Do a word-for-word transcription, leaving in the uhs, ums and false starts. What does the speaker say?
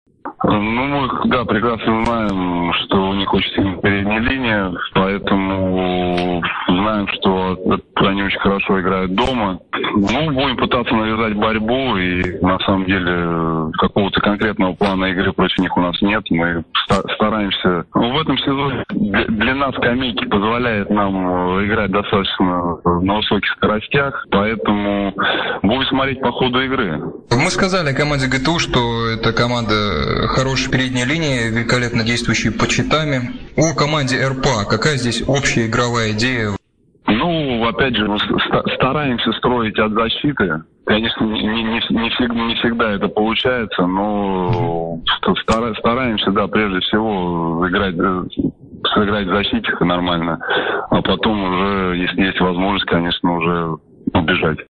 Ну, мы, да, прекрасно знаем, что у них очень сильная передняя линия, поэтому знаем, что они очень хорошо играют дома. Ну, будем пытаться навязать борьбу, и на самом деле какого-то конкретного плана игры против них у нас нет. Мы стараемся. Ну, в этом сезоне длина скамейки позволяет нам играть достаточно на высоких скоростях, поэтому будем смотреть по ходу игры. Мы сказали о команде ГТУ, что это команда хорошей передней линии, великолепно действующей по читами. О команде РПА какая здесь общая игровая идея? Ну, опять же, мы стараемся строить от защиты. Конечно, не, не, не, всегда, не всегда это получается, но стараемся, да, прежде всего играть, сыграть в защите нормально, а потом уже, если есть возможность, конечно, уже убежать.